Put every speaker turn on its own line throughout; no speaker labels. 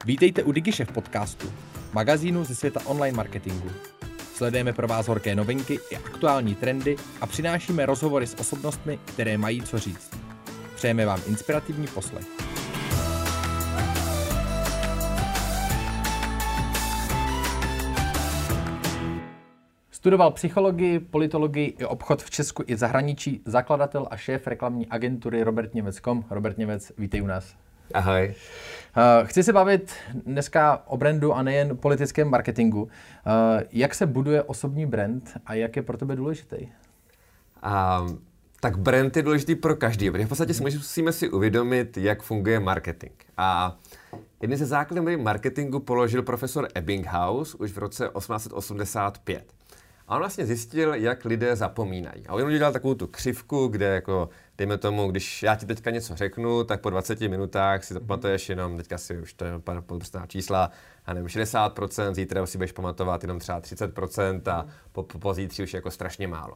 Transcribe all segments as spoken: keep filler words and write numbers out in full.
Vítejte u DigiShef podcastu, magazínu ze světa online marketingu. Sledujeme pro vás horké novinky i aktuální trendy a přinášíme rozhovory s osobnostmi, které mají co říct. Přejeme vám inspirativní poslech. Studoval psychologii, politologii i obchod v Česku i v zahraničí, zakladatel a šéf reklamní agentury Robert Němec tečka com. Robert Němec, vítej u nás.
Ahoj.
Chci se bavit dneska o brandu a nejen politickém marketingu. Jak se buduje osobní brand a jak je pro tebe důležitý?
Um, tak brand je důležitý pro každý, protože v podstatě si musíme si uvědomit, jak funguje marketing. A jedný ze základů marketingu položil profesor Ebbinghaus už v roce osmnáct set osmdesát pět. A on vlastně zjistil, jak lidé zapomínají. A on udělal takovou tu křivku, kde jako, dejme tomu, když já ti teďka něco řeknu, tak po dvaceti minutách si pamatuješ jenom, teďka si už to je podprstná čísla, a nevím, šedesát procent, zítra si budeš pamatovat jenom třeba třicet procent a po, po, po zítří už jako strašně málo.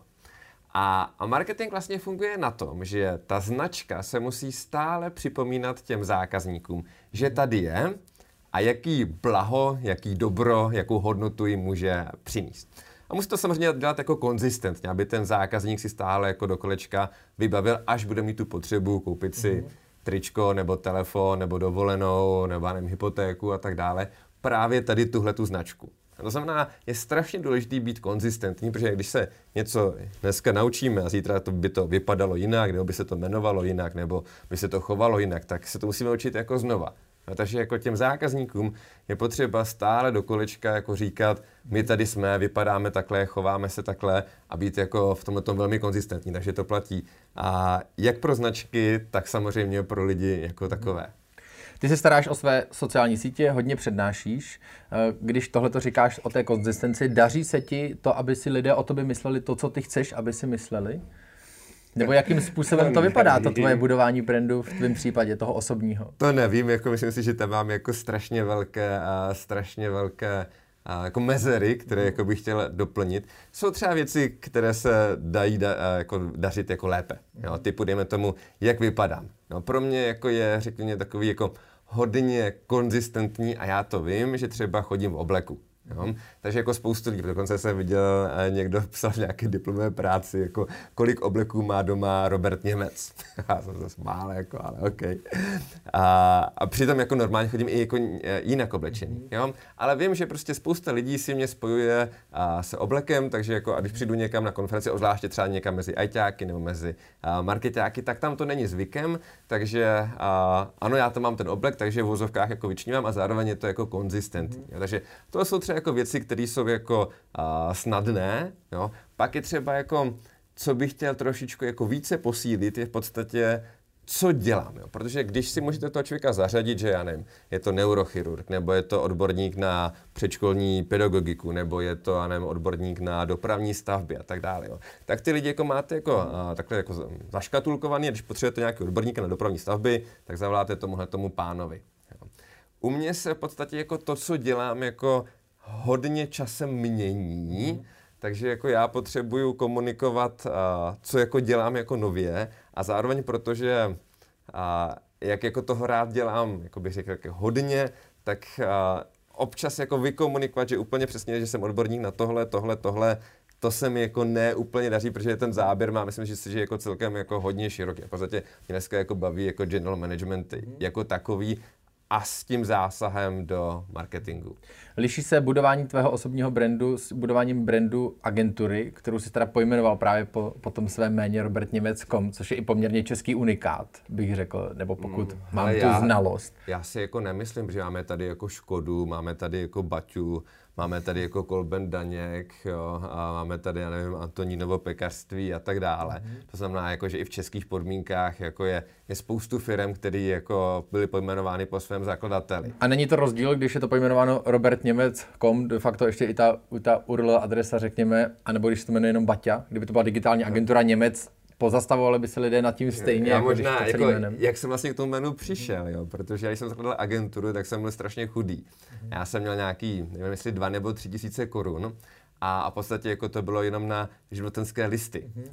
A, a marketing vlastně funguje na tom, že ta značka se musí stále připomínat těm zákazníkům, že tady je a jaký blaho, jaký dobro, jakou hodnotu jim může přinést. A musí to samozřejmě dělat jako konzistentně, aby ten zákazník si stále jako do kolečka vybavil, až bude mít tu potřebu koupit si tričko, nebo telefon, nebo dovolenou, nebo nevím, hypotéku a tak dále. Právě tady tuhle tu značku. A to znamená, je strašně důležité být konzistentní, protože když se něco dneska naučíme a zítra to by to vypadalo jinak, nebo by se to jmenovalo jinak, nebo by se to chovalo jinak, tak se to musíme učit jako znova. No, takže jako těm zákazníkům je potřeba stále do kolečka jako říkat, my tady jsme, vypadáme takhle, chováme se takhle a být jako v tomhle tom velmi konzistentní, takže to platí. A jak pro značky, tak samozřejmě pro lidi jako takové.
Ty se staráš o své sociální sítě, hodně přednášíš. Když tohleto říkáš o té konzistenci, daří se ti to, aby si lidé o tobě mysleli to, co ty chceš, aby si mysleli? Nebo jakým způsobem to vypadá, to tvoje budování brandu v tvém případě, toho osobního?
To nevím, jako myslím si, že tam mám jako strašně velké a strašně velké a jako mezery, které jako bych chtěl doplnit. Jsou třeba věci, které se dají da, jako dařit jako lépe. Jo, typu dejme tomu, jak vypadám. No, pro mě jako je, řekněme, takový jako hodně konzistentní a já to vím, že třeba chodím v obleku. Jo? Takže jako spoustu lidí, dokonce jsem viděl, někdo psal nějaké diplomové práci, jako kolik obleků má doma Robert Němec. Já jsem se smál, jako, ale OK. A, a přitom jako normálně chodím i jako jinak oblečený. Jo? Ale vím, že prostě spousta lidí si mě spojuje a, se oblekem, takže jako, a když přijdu někam na konferenci, obzvláště třeba někam mezi ajťáky nebo mezi a, marketáky, tak tam to není zvykem, takže a, ano, já tam mám ten oblek, takže v vozovkách jako vyčnívám a zároveň je to jako konzistentní. Jo? Takže to jsou třeba jako věci, které jsou jako uh, snadné, jo. Pak je třeba jako, co bych chtěl trošičku jako více posílit, je v podstatě, co dělám, jo. Protože když si můžete toho člověka zařadit, že já nevím, je to neurochirurg, nebo je to odborník na předškolní pedagogiku, nebo je to, já nevím, odborník na dopravní stavby a tak dále, jo. Tak ty lidi jako máte jako, uh, takhle jako zaškatulkovaný, když potřebujete nějaký odborníka na dopravní stavby, tak zavoláte tomuhle tomu pánovi. Jo. U mě se v podstatě jako to, co dělám, jako hodně časem mění, mm. takže jako já potřebuju komunikovat, uh, co jako dělám jako nově a zároveň protože uh, jak jako toho rád dělám, jako bych řekl, jako hodně, tak uh, občas jako vykomunikovat, že úplně přesně, že jsem odborník na tohle, tohle, tohle, to se mi jako ne úplně daří, protože ten záběr má, myslím, že si že jako celkem jako hodně široký. V podstatě dneska jako baví jako general management mm. jako takový, a s tím zásahem do marketingu.
Liší se budování tvého osobního brandu s budováním brandu agentury, kterou jsi teda pojmenoval právě po, po tom svém jméně Robert Němec tečka com, což je i poměrně český unikát, bych řekl, nebo pokud mm, mám tu já, znalost.
Já si jako nemyslím, že máme tady jako Škodu, máme tady jako Baťu, máme tady jako Kolben Daněk, jo, a máme tady, já nevím, Antonínovo pekařství a tak dále. Mm. To znamená, jako, že i v českých podmínkách jako je, je spoustu firem, které jako byly pojmenovány po svém zakladateli.
A není to rozdíl, když je to pojmenováno Robert Němec tečka com, de facto ještě i ta, ta U R L adresa, řekněme, anebo když se to jmenuje jenom Baťa, kdyby to byla digitální agentura Němec, pozastavovali by se lidé nad tím stejně,
já
jako
možná,
když to
jako,
jménem.
Jak jsem vlastně k tomu jménu přišel, jo? Protože já když jsem zakladal agenturu, tak jsem byl strašně chudý. Já jsem měl nějaký, nevím jestli dva nebo tři tisíce korun a, a v podstatě jako to bylo jenom na živnostenské listy. Jo?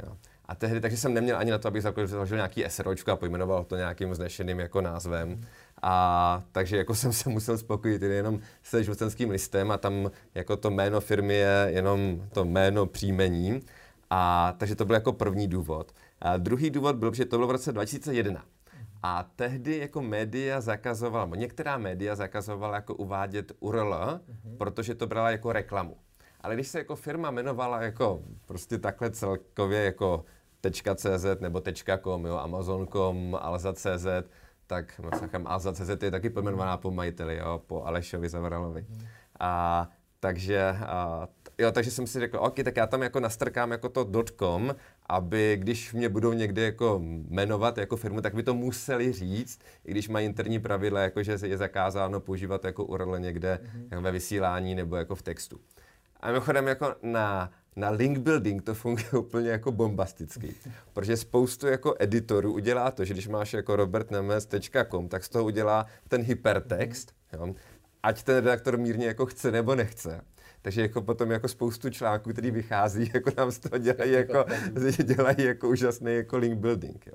A tehdy, takže jsem neměl ani na to, abych založil nějaký SROčko a pojmenoval to nějakým vznešeným jako názvem. A takže jako jsem se musel spokojit jenom se živnostenským listem a tam jako to jméno firmy je jenom to jméno příjmení. A takže to byl jako první důvod. A druhý důvod byl, že to bylo v roce dva tisíce jedna. A tehdy jako média zakazovala, některá média zakazovala jako uvádět U R L, mm-hmm. protože to brala jako reklamu. Ale když se jako firma jmenovala jako prostě takhle celkově jako .cz nebo .com, jo, Amazon tečka com, Alza tečka cz, tak no, sachem, Alza tečka cz je taky pojmenovaná po majiteli, jo, po Alešovi Zavaralovi. Mm. A takže, a, jo, takže jsem si řekl, OK, tak já tam jako nastrkám jako to .com, aby když mě budou někdy jako jmenovat jako firmu, tak by to museli říct, i když mají interní pravidla, jako že je zakázáno používat jako U R L někde mm. jako ve vysílání nebo jako v textu. A mimochodem jako na, na link building to funguje úplně jako bombasticky, protože spoustu jako editorů udělá to, že když máš jako robert nemes tečka com, tak z toho udělá ten hypertext, jo, ať ten redaktor mírně jako chce nebo nechce. Takže jako potom jako spoustu článků, který vychází, jako nám z toho dělají jako, dělají jako úžasný jako link building. Jo.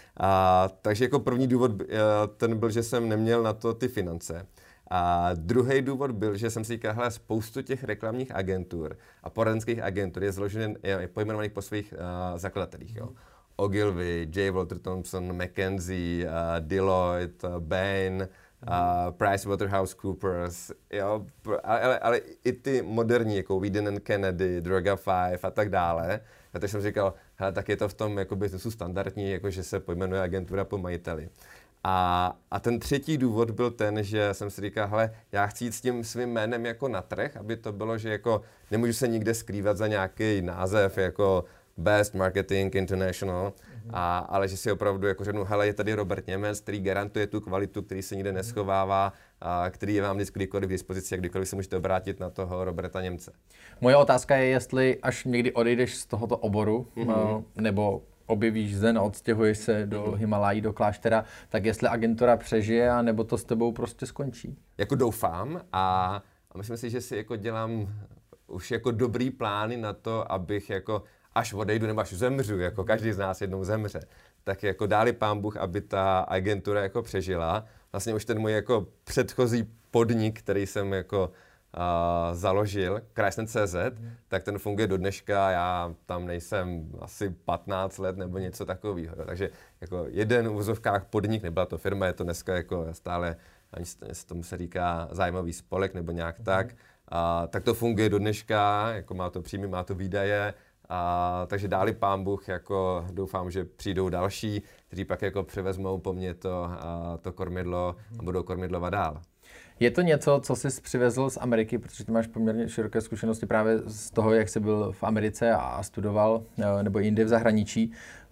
A, takže jako první důvod ten byl, že jsem neměl na to ty finance. A druhý důvod byl, že jsem si říkal, hele, spoustu těch reklamních agentur a poradenských agentur je zložený, je pojmenovaných po svých uh, zakladatelích. Jo. Ogilvy, J. Walter Thompson, McKinsey, uh, Deloitte, uh, Bain, uh, PricewaterhouseCoopers, jo, ale, ale i ty moderní, jako Wieden and Kennedy, Droga pět a tak dále. A takže jsem říkal, hele, tak je to v tom jako biznesu standardní, jako že se pojmenuje agentura po majiteli. A, a ten třetí důvod byl ten, že jsem si říkal, hele, já chci jít s tím svým jménem jako na trh, aby to bylo, že jako nemůžu se nikde skrývat za nějaký název jako Best Marketing International, mm-hmm. a, ale že si opravdu jako řeknu, hele, je tady Robert Němec, který garantuje tu kvalitu, který se nikde neschovává, a který je vám vždycky kdykoliv k dispozici a kdykoliv se můžete obrátit na toho Roberta Němce.
Moje otázka je, jestli až někdy odejdeš z tohoto oboru, mm-hmm. nebo objevíš zen a odstěhuješ se do mm-hmm. Himalají, do kláštera, tak jestli agentura přežije, a nebo to s tebou prostě skončí?
Jako doufám a, a myslím si, že si jako dělám už jako dobrý plány na to, abych jako až odejdu nebo až zemřu, jako každý z nás jednou zemře, tak jako dáli pán Bůh, aby ta agentura jako přežila. Vlastně už ten můj jako předchozí podnik, který jsem jako Uh, založil, Kreisner tečka cé zet, mm. tak ten funguje do dneška, já tam nejsem asi patnáct let nebo něco takového. Takže jako jeden v uvozovkách podnik, nebyla to firma, je to dneska jako stále, ani tomu se říká zájmový spolek nebo nějak mm. tak, uh, tak to funguje do dneška, jako má to příjmy, má to výdaje, uh, takže dáli pán Bůh, jako doufám, že přijdou další, kteří pak jako převezmou po mně to, uh, to kormidlo a budou kormidlovat dál.
Je to něco, co jsi přivezl z Ameriky, protože ty máš poměrně široké zkušenosti právě z toho, jak jsi byl v Americe a studoval, nebo jinde v zahraničí.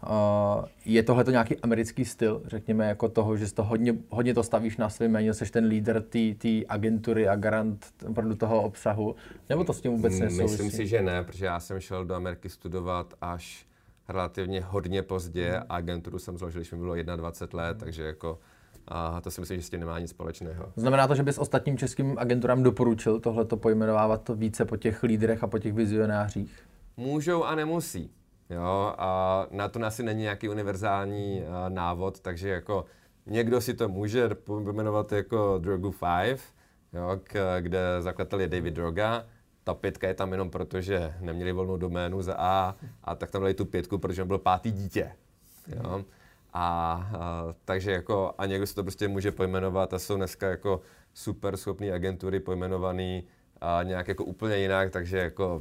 Je tohle to nějaký americký styl, řekněme, jako toho, že to hodně, hodně to stavíš na svém jméně, jsi ten lídr té agentury a garant opravdu toho obsahu, nebo to s tím vůbec nesouvisí?
Myslím si, že ne, protože já jsem šel do Ameriky studovat až relativně hodně pozdě a agenturu jsem založil, když mi bylo dvacet jedna let, hmm. takže jako a to si myslím, že s tím nemá nic společného.
Znamená to, že bys ostatním českým agenturám doporučil tohleto pojmenovávat to více po těch lídrech a po těch vizionářích?
Můžou a nemusí. Jo, a na to asi není nějaký univerzální uh, návod, takže jako někdo si to může pojmenovat jako Drogu pět, jo, k, kde zakladatel je David Droga. Ta pětka je tam jenom proto, že neměli volnou doménu za A, a tak tam dali tu pětku, protože byl pátý dítě. Jo. A, a takže jako a někdo si to prostě může pojmenovat a jsou dneska jako super schopný agentury pojmenovaný a nějak jako úplně jinak, takže jako,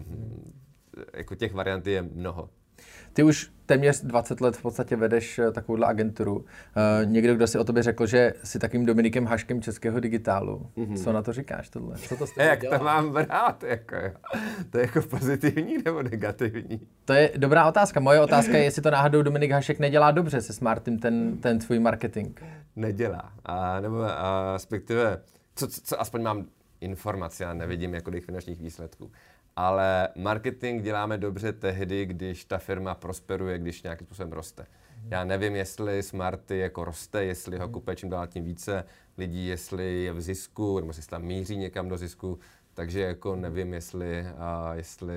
jako těch variant je mnoho.
Ty už téměř dvacet let v podstatě vedeš takovouhle agenturu. Uh, někdo, kdo si o tobě řekl, že jsi takým Dominikem Haškem českého digitálu. Mm-hmm. Co na to říkáš tohle? Co to s
Jak dělá? To mám brát? Jako, to je jako pozitivní nebo negativní?
To je dobrá otázka. Moje otázka je, jestli to náhodou Dominik Hašek nedělá dobře se Smartym ten, ten tvůj marketing.
Nedělá. A, nebo a, respektive, co, co, co aspoň mám informace, já nevidím jako těch finančních výsledků. Ale marketing děláme dobře tehdy, když ta firma prosperuje, když nějakým způsobem roste. Já nevím, jestli Smarty jako roste, jestli ho kupuje čím dál tím více lidí, jestli je v zisku, nebo jestli tam míří někam do zisku, takže jako nevím, jestli, a, jestli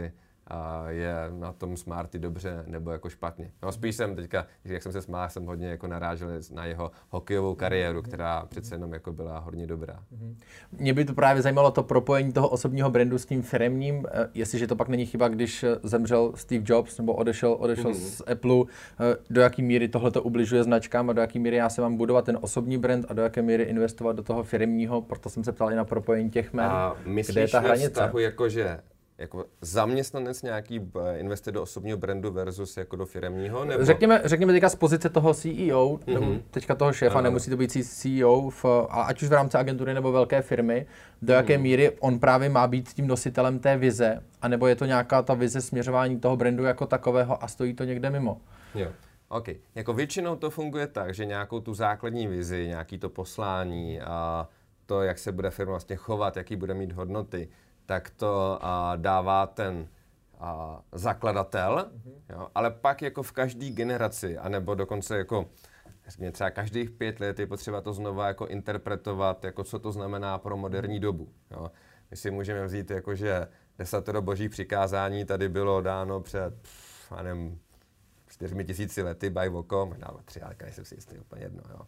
a je na tom Smarty dobře nebo jako špatně. No spíš jsem teďka, jak jsem se smál, jsem hodně jako narážel na jeho hokejovou kariéru, která přece jenom jako byla hodně dobrá.
Mě by to právě zajímalo to propojení toho osobního brandu s tím firemním, jestliže to pak není chyba, když zemřel Steve Jobs nebo odešel, odešel mm-hmm. z Apple, do jaký míry tohle to ubližuje značkám a do jaký míry já se mám budovat ten osobní brand a do jaké míry investovat do toho firemního, proto jsem se ptal i na propojení těch jmen.
A myslíš
kde je ta hranice?
Vztahu jako, že jako zaměstnanec nějaký investuje do osobního brandu versus jako do firemního? Nebo?
Řekněme, řekněme teďka z pozice toho C E O, mm-hmm. nebo teďka toho šéfa, ano. Nemusí to být C E O, v, a ať už v rámci agentury nebo velké firmy, do jaké mm-hmm. míry on právě má být tím nositelem té vize, anebo je to nějaká ta vize směřování toho brandu jako takového a stojí to někde mimo.
Jo. OK. Jako většinou to funguje tak, že nějakou tu základní vizi, nějaký to poslání a to, jak se bude firma vlastně chovat, jaký bude mít hodnoty, tak to a, dává ten a, zakladatel, mm-hmm. jo, ale pak jako v každé generaci, anebo dokonce jako třeba každých pět let je potřeba to znova jako interpretovat, jako co to znamená pro moderní dobu. Jo. My si můžeme vzít, jako, že desatero božích přikázání tady bylo dáno před, pff, já nevím, čtyřmi tisíci lety, by Voko, možná tři, ale nejsem si jistý, úplně jedno. Jo.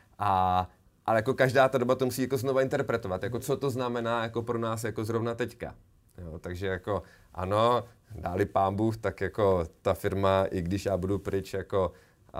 A ale jako každá ta doba to musí jako znova interpretovat, jako co to znamená jako pro nás jako zrovna teďka. Jo, takže jako ano, dáli pán Bůh, tak jako ta firma, i když já budu pryč, jako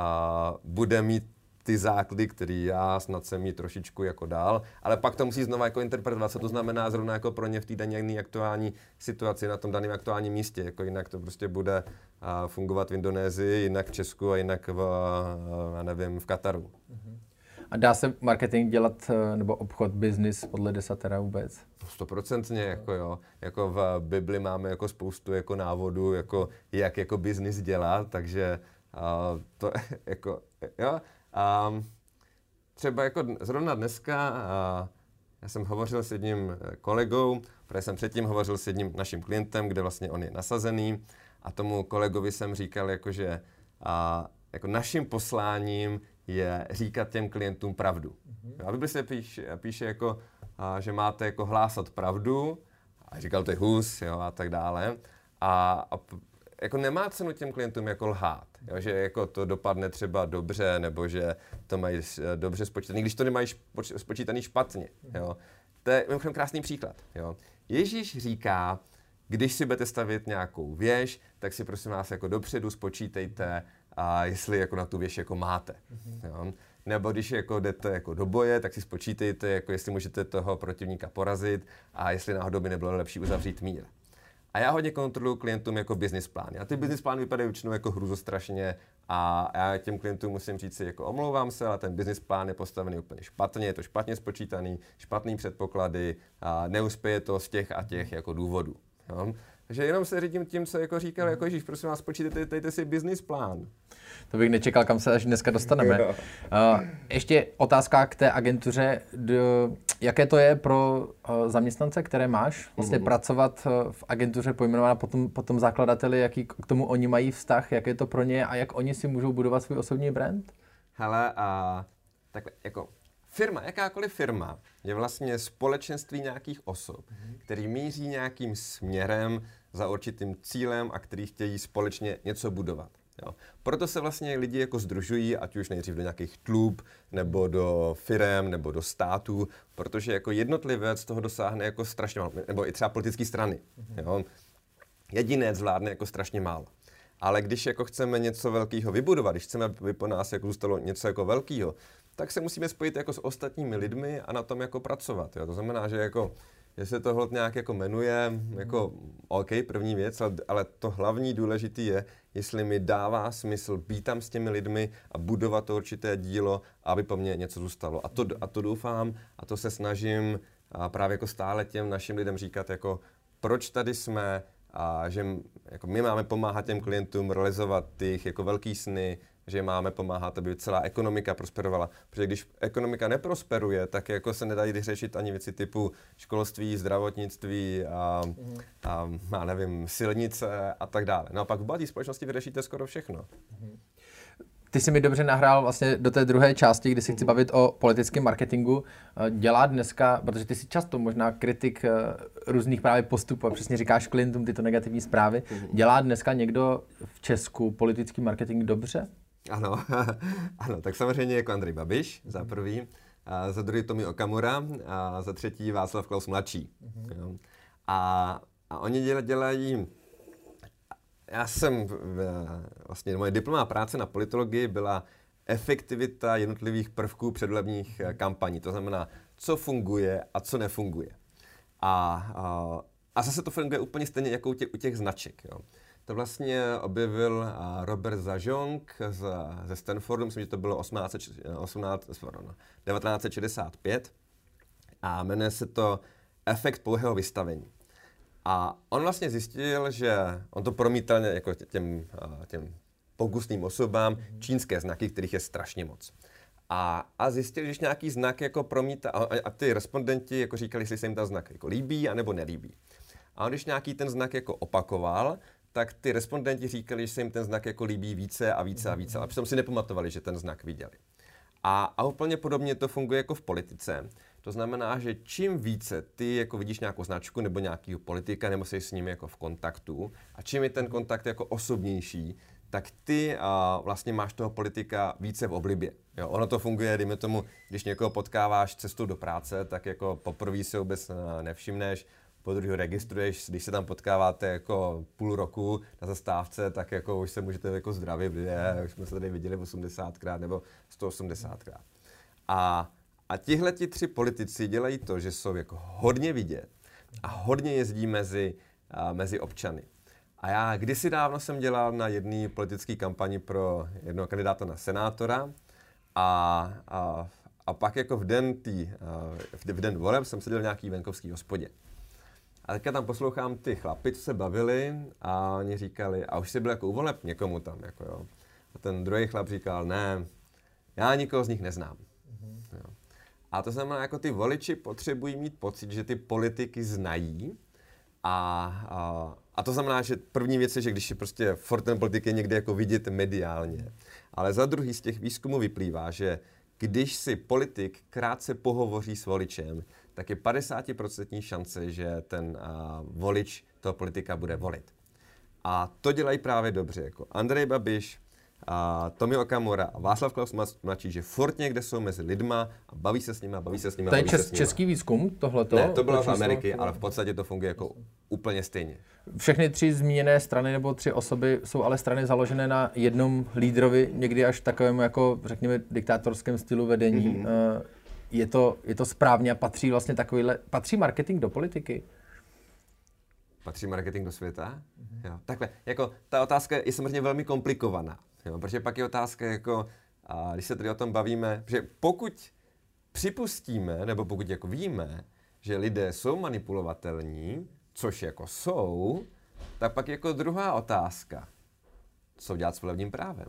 a, bude mít ty základy, který já snad jsem mít trošičku jako dál, ale pak to musí znova jako interpretovat, co to znamená zrovna jako pro ně v té dané aktuální situaci, na tom daném aktuálním místě, jako jinak to prostě bude a, fungovat v Indonésii, jinak v Česku a jinak v, a, já nevím, v Kataru.
Mm-hmm. A dá se marketing dělat, nebo obchod, business podle desatera vůbec?
Stoprocentně, jako jo. Jako v Bibli máme jako spoustu jako návodů, jako jak jako business dělat, takže uh, to jako, jo. Um, třeba jako zrovna dneska, uh, já jsem hovořil s jedním kolegou, protože jsem předtím hovořil s jedním naším klientem, kde vlastně on je nasazený, a tomu kolegovi jsem říkal, jako, že uh, jako naším posláním je říkat těm klientům pravdu. Mm-hmm. A Bibli se píše, píše jako, a, že máte jako hlásat pravdu, a říkal to je hus, jo, a tak dále. A, a jako nemá cenu těm klientům jako lhát, jo, že jako to dopadne třeba dobře, nebo že to mají dobře spočítaný, když to nemají špo, spočítaný špatně. Jo. To je mimochodem krásný příklad. Jo. Ježíš říká, když si budete stavět nějakou věž, tak si prosím vás jako dopředu spočítejte, a jestli jako na tu věž jako máte. Mm-hmm. Jo. Nebo když jako jdete jako do boje, tak si spočítejte, jako jestli můžete toho protivníka porazit a jestli náhodou by nebylo lepší uzavřít mír. A já hodně kontroluji klientům jako business plány. A ty business plány vypadají většinou jako hruzostrašně a já těm klientům musím říct si, jako omlouvám se, ale ten business plán je postavený úplně špatně, je to špatně spočítaný, špatný předpoklady a neuspěje to z těch a těch jako důvodů. Jo. Takže jenom se řídím tím, co jako říkal, jako Ježíš, prosím vás, počítejte, dejte si business plán.
To bych nečekal, kam se až dneska dostaneme. Uh, ještě otázka k té agentuře. Do, jaké to je pro uh, zaměstnance, které máš? Vlastně mm-hmm. pracovat uh, v agentuře pojmenovaná potom, potom zakladateli, jaký k tomu oni mají vztah, jak je to pro ně a jak oni si můžou budovat svůj osobní brand?
Hele, uh, takhle, jako firma, jakákoliv firma, je vlastně společenství nějakých osob, mm-hmm. který míří nějakým směrem za určitým cílem a který chtějí společně něco budovat. Jo. Proto se vlastně lidi jako sdružují, ať už nejdřív do nějakých klub, nebo do firem, nebo do států, protože jako jednotlivec toho dosáhne jako strašně málo, nebo i třeba politické strany. Mm-hmm. Jo. Jedinec zvládne jako strašně málo. Ale když jako chceme něco velkého vybudovat, když chceme, aby po nás jako zůstalo něco jako velkého, tak se musíme spojit jako s ostatními lidmi a na tom jako pracovat. Jo. To znamená, že jako že se tohle nějak jako jmenuje, jako OK, první věc, ale, ale to hlavní důležitý je, jestli mi dává smysl být tam s těmi lidmi a budovat to určité dílo, aby po mně něco zůstalo. A to, a to doufám a to se snažím a právě jako stále těm našim lidem říkat, jako proč tady jsme a že jako my máme pomáhat těm klientům realizovat těch jako velký sny, že máme pomáhat, aby celá ekonomika prosperovala. Protože když ekonomika neprosperuje, tak jako se nedají řešit ani věci typu školství, zdravotnictví a, mm. a já nevím, silnice a tak dále. No a pak v bohatý společnosti vyřešíte skoro všechno.
Mm. Ty jsi mi dobře nahrál vlastně do té druhé části, kdy si chci bavit o politickém marketingu. Dělá dneska, protože ty jsi často možná kritik různých právě postupů a přesně říkáš klientům tyto negativní zprávy. Dělá dneska někdo v Česku politický marketing dobře?
Ano, ano, tak samozřejmě jako Andrej Babiš za prvý, a za druhý Tomio Okamura a za třetí Václav Klaus mladší. Jo. A, a oni dělají, dělají já jsem, vlastně moje diplomová práce na politologii byla efektivita jednotlivých prvků předvolebních kampaní. To znamená, co funguje a co nefunguje. A, a, a zase to funguje úplně stejně jako u těch, u těch značek. Jo. To vlastně objevil Robert Zajonc z, ze Stanfordu, myslím, že to bylo devatenáct set šedesát pět a jmenuje se to Efekt pouhého vystavení. A on vlastně zjistil, že on to promítal jako těm, těm pokusným osobám čínské znaky, kterých je strašně moc. A, a zjistil, že když nějaký znak jako promítá, a, a ty respondenti jako říkali, jestli se jim ten znak jako líbí, anebo nelíbí. A on když nějaký ten znak jako opakoval, tak ty respondenti říkali, že se jim ten znak jako líbí více a více a více, ale přitom si nepamatovali, že ten znak viděli. A, a úplně podobně to funguje jako v politice. To znamená, že čím více ty jako vidíš nějakou značku nebo nějakého politika, nebo jsi s ním jako v kontaktu, a čím je ten kontakt jako osobnější, tak ty a, vlastně máš toho politika více v oblibě. Jo, ono to funguje, dejme tomu, když někoho potkáváš cestou do práce, tak jako poprvé si vůbec nevšimneš, po druhé registruješ, když se tam potkáváte jako půl roku na zastávce, tak jako už se můžete jako zdravit, je, už jsme se tady viděli osmdesátkrát nebo sto osmdesátkrát. A, a tihle ti tři politici dělají to, že jsou jako hodně vidět a hodně jezdí mezi, a, mezi občany. A já kdysi dávno jsem dělal na jedné politické kampani pro jednoho kandidáta na senátora a, a, a pak jako v den, tý, v den voleb jsem seděl v nějaký venkovský hospodě. A teďka tam poslouchám ty chlapy, co se bavili a oni říkali, a už jsi byl jako u voleb někomu tam, jako jo. A ten druhý chlap říkal, ne, já nikoho z nich neznám. Mm-hmm. Jo. A to znamená, jako ty voliči potřebují mít pocit, že ty politiky znají a, a, a to znamená, že první věc je, že když je prostě furt ten politik je někde jako vidět mediálně. Ale za druhý z těch výzkumů vyplývá, že když si politik krátce pohovoří s voličem, tak je padesát procent šance, že ten uh, volič toho politika bude volit. A to dělají právě dobře, jako Andrej Babiš, uh, Tomio Okamura a Václav Klaus mladší, že furt někde jsou mezi lidma a baví se s nimi, baví se s nimi.
To je čes, český výzkum, tohleto?
Ne, to bylo v Americe, ale v podstatě to funguje jako úplně stejně.
Všechny tři zmíněné strany nebo tři osoby jsou ale strany založené na jednom lídrovi, někdy až takovému jako, řekněme, diktátorském stylu vedení. Mm-hmm. Je to, je to správně a patří vlastně takovýhle, patří marketing do politiky?
Patří marketing do světa? Mm-hmm. Jo. Takhle, jako ta otázka je samozřejmě velmi komplikovaná, jo, protože pak je otázka jako, a když se tady o tom bavíme, že pokud připustíme, nebo pokud jako víme, že lidé jsou manipulovatelní, což jako jsou, tak pak jako druhá otázka, co dělat s volebním právem?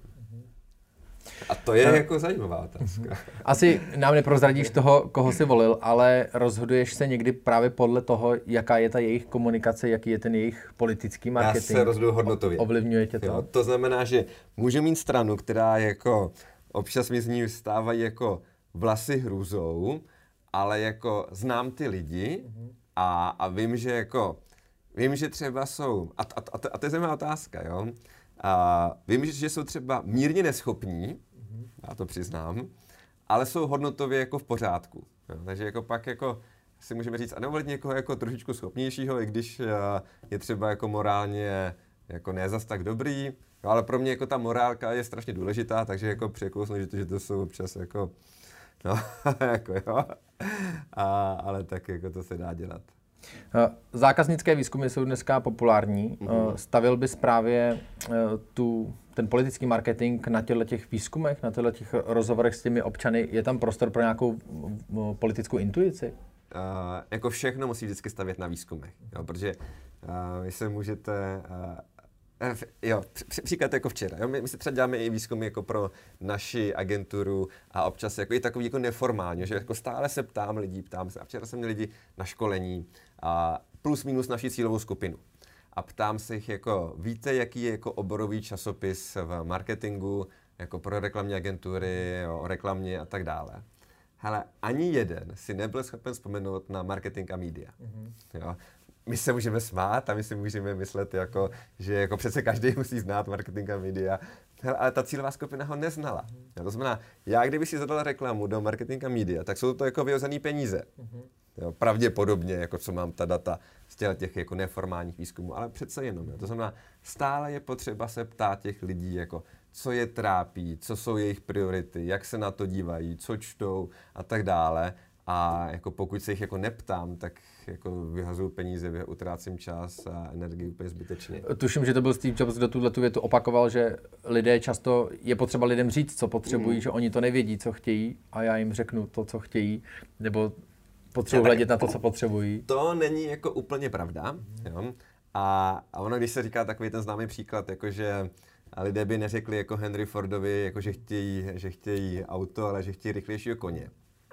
A to je no. jako zajímavá otázka.
Asi nám neprozradíš toho, koho jsi volil, ale rozhoduješ se někdy právě podle toho, jaká je ta jejich komunikace, jaký je ten jejich politický marketing.
Já se rozhoduju hodnotově.
Ovlivňuje tě to?
Jo, to znamená, že můžu mít stranu, která jako, občas mi z ní vstávají jako vlasy hrůzou, ale jako znám ty lidi a, a vím, že jako, vím, že třeba jsou, a, a, a, a to je zajímavá otázka, jo. A vím, že jsou třeba mírně neschopní, já to přiznám, ale jsou hodnotově jako v pořádku. Jo. Takže jako pak jako si můžeme říct, a nevolit někoho jako trošičku schopnějšího, i když je třeba jako morálně jako ne zas tak dobrý, jo, ale pro mě jako ta morálka je strašně důležitá, takže jako překousnu, že to, že to jsou občas jako, no, jako jo, a, ale tak jako to se dá dělat.
Zákaznické výzkumy jsou dneska populární. Mm-hmm. Stavil bys právě tu, ten politický marketing na těchto těch výzkumech, na těchto těch rozhovorech s těmi občany? Je tam prostor pro nějakou politickou intuici?
Uh, jako všechno musí vždycky stavět na výzkumech, jo, protože uh, vy se můžete... Uh, Jo, příklad jako včera. Jo? My, my si třeba děláme i výzkumy jako pro naši agenturu a občas jako i takový jako neformálně, že jako stále se ptám lidí, ptám se. A včera jsem měl lidi na školení a plus minus naši cílovou skupinu. A ptám se jich jako, víte, jaký je jako oborový časopis v marketingu, jako pro reklamní agentury, jo, o reklamě a tak dále. Hele, ani jeden si nebyl schopen vzpomenout na marketing a media. Mm-hmm. Jo. My se můžeme smát a my si můžeme myslet, jako, že jako přece každý musí znát marketing a media, hele, ale ta cílová skupina ho neznala. Jo, to znamená, já kdyby si zadal reklamu do marketing a media, tak jsou to jako vyhozený peníze. Mm-hmm. Jo, pravděpodobně, jako co mám ta data z těch, těch jako neformálních výzkumů, ale přece jenom. Jo. To znamená, stále je potřeba se ptát těch lidí, jako, co je trápí, co jsou jejich priority, jak se na to dívají, co čtou a tak dále. A jako pokud se jich jako neptám, tak jako vyhazuju peníze, utrácím čas a energii úplně zbytečně.
Tuším, že to byl Steve Jobs, kdo tuhle větu opakoval, že lidé často, je potřeba lidem říct, co potřebují, mm. že oni to nevědí, co chtějí a já jim řeknu to, co chtějí, nebo potřebuji hledět na to, co potřebují.
To není jako úplně pravda. Mm. Jo? A, a ono, když se říká takový ten známý příklad, jakože lidé by neřekli jako Henry Fordovi, jako že chtějí, že chtějí auto, ale že chtějí rychlejšího koně.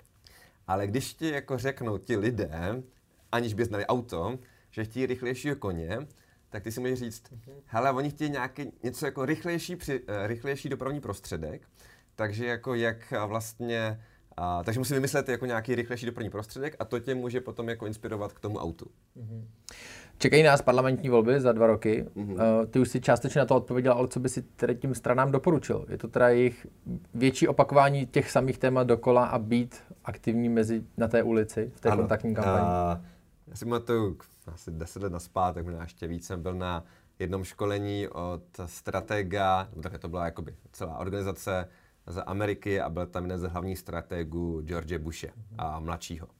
Ale když ti jako řeknou ti lidé, aniž by znali auto, že chtějí rychlejšího koně, tak ty si můžeš říct, mm-hmm. hele, oni chtějí nějaký, něco jako rychlejší, při, uh, rychlejší dopravní prostředek, takže jako jak vlastně, uh, takže musím vymyslet jako nějaký rychlejší dopravní prostředek a to tě může potom jako inspirovat k tomu autu.
Mm-hmm. Čekají nás parlamentní volby za dva roky. Mm-hmm. Uh, ty už si částečně na to odpověděl, ale co by si tedy tím stranám doporučil? Je to teda jejich větší opakování těch samých témat dokola a být aktivní mezi na té ulici, v té ano. kontaktní kampani? Uh,
já si pamatuju asi deset let nazpátek, možná ještě víc, jsem byl na jednom školení od stratega, nebo také to byla jakoby celá organizace z Ameriky a byl tam jeden z hlavních strategů George Bushe mm-hmm. a mladšího.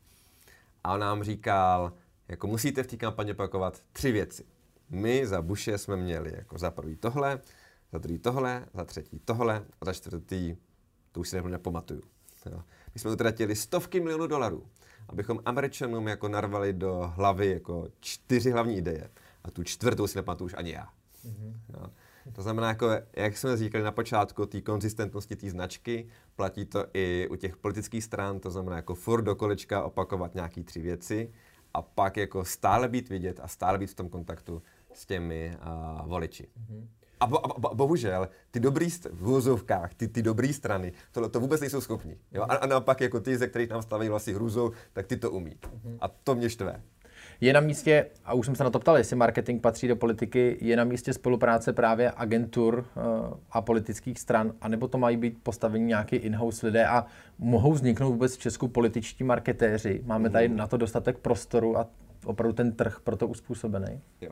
A on nám říkal, jako musíte v té kampani opakovat tři věci. My za Bushe jsme měli jako za prvý tohle, za druhý tohle, za třetí tohle a za čtvrtý, to už si nebyl nepamatuju. Jo. My jsme utratili stovky milionů dolarů, abychom Američanům jako narvali do hlavy jako čtyři hlavní ideje. A tu čtvrtou si nepamatuju už ani já. Mm-hmm. Jo. To znamená, jako, jak jsme říkali na počátku, té konzistentnosti té značky, platí to i u těch politických stran, to znamená jako furt do kolečka opakovat nějaké tři věci a pak jako stále být vidět a stále být v tom kontaktu s těmi uh, voliči. Mm-hmm. A, bo, a bo, bohužel, ty dobrý, v uvozovkách, ty, ty dobrý strany, to, to vůbec nejsou schopní. Jo? A, a naopak jako ty, ze kterých nám staví vlasy hrůzou, tak ty to umí. Mm-hmm. A to mě štve.
Je na místě, a už jsem se na to ptal, jestli marketing patří do politiky, je na místě spolupráce právě agentur uh, a politických stran, anebo to mají být postavení nějaký in-house lidé a mohou vzniknout vůbec v Česku političtí marketéři? Máme tady na to dostatek prostoru a opravdu ten trh pro to uspůsobený?
Jo.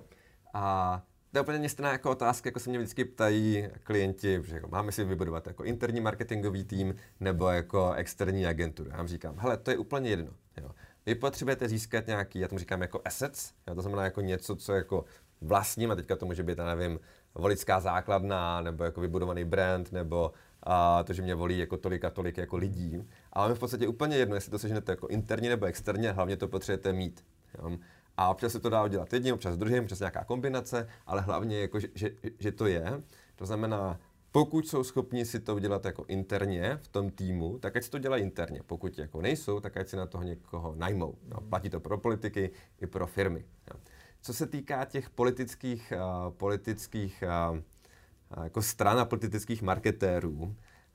A to je úplně stejná jako otázka, jako se mě vždycky ptají klienti, že jako máme si vybudovat jako interní marketingový tým nebo jako externí agenturu. Já vám říkám, hele, to je úplně jedno. Jo. Vy potřebujete získat nějaký, já tomu říkám jako assets, jo, to znamená jako něco, co jako vlastním, a teďka to může být, já nevím, voličská základna, nebo jako vybudovaný brand, nebo a to, že mě volí jako tolik a tolik jako lidí. Ale v podstatě úplně jedno, jestli to seženete jako interně nebo externě, hlavně to potřebujete mít. Jo. A občas se to dá udělat jedním, občas druhým, občas nějaká kombinace, ale hlavně jako, že, že, že to je. To znamená, pokud jsou schopni si to udělat jako interně v tom týmu, tak ať si to dělají interně. Pokud jako nejsou, tak ať si na toho někoho najmou. No, platí to pro politiky i pro firmy. Jo. Co se týká těch politických, uh, politických uh, uh, jako stran a politických marketérů, uh,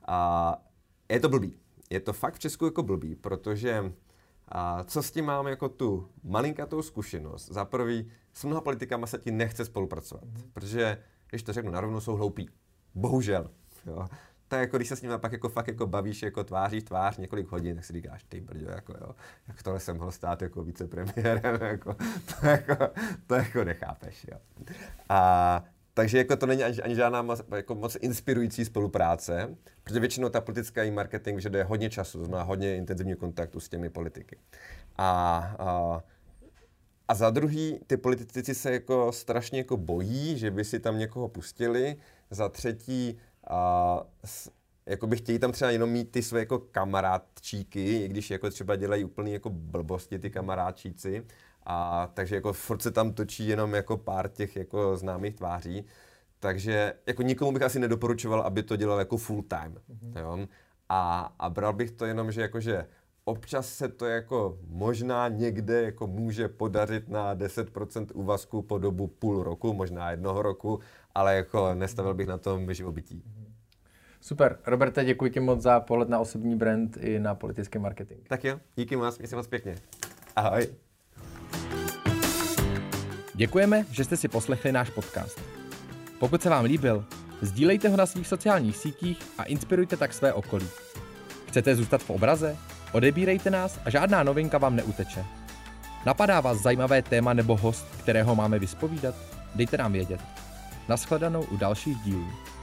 je to blbý. Je to fakt v Česku jako blbý, protože a co s tím mám jako tu malinkatou zkušenost? Za prvý, s mnoha politikama se ti nechce spolupracovat, mm. protože, když to řeknu narovno, jsou hloupí. Bohužel. Jo. Tak jako když se s nimi pak jako fakt jako bavíš jako tváří v tvář několik hodin, tak si říkáš, ty brďo, jako jo, jak tohle jsem mohl stát jako vicepremiérem, jako, to, jako, to jako nechápeš, jo. A takže jako to není ani, ani žádná moc, jako moc inspirující spolupráce, protože většinou ta politická i marketing vyžaduje hodně času, to znamená hodně intenzivního kontaktu s těmi politiky. A, a, a za druhý, ty politici se jako strašně jako bojí, že by si tam někoho pustili. Za třetí, a, s, jako by chtějí tam třeba jenom mít ty své jako kamarádčíky, i když jako třeba dělají úplný jako blbosti ty kamarádčíci. A takže jako furt se tam točí jenom jako pár těch jako známých tváří. Takže jako nikomu bych asi nedoporučoval, aby to dělal jako full time. Mm-hmm. Jo? A, a bral bych to jenom, že jakože občas se to jako možná někde jako může podařit na deset procent úvazku po dobu půl roku, možná jednoho roku, ale jako nestavil bych na tom živobytí.
Super. Roberte, děkuji ti moc za pohled na osobní brand i na politický marketing.
Tak jo, díky moc, měj se moc pěkně. Ahoj.
Děkujeme, že jste si poslechli náš podcast. Pokud se vám líbil, sdílejte ho na svých sociálních sítích a inspirujte tak své okolí. Chcete zůstat v obraze? Odebírejte nás a žádná novinka vám neuteče. Napadá vás zajímavé téma nebo host, kterého máme vyspovídat? Dejte nám vědět. Nashledanou u dalších dílů.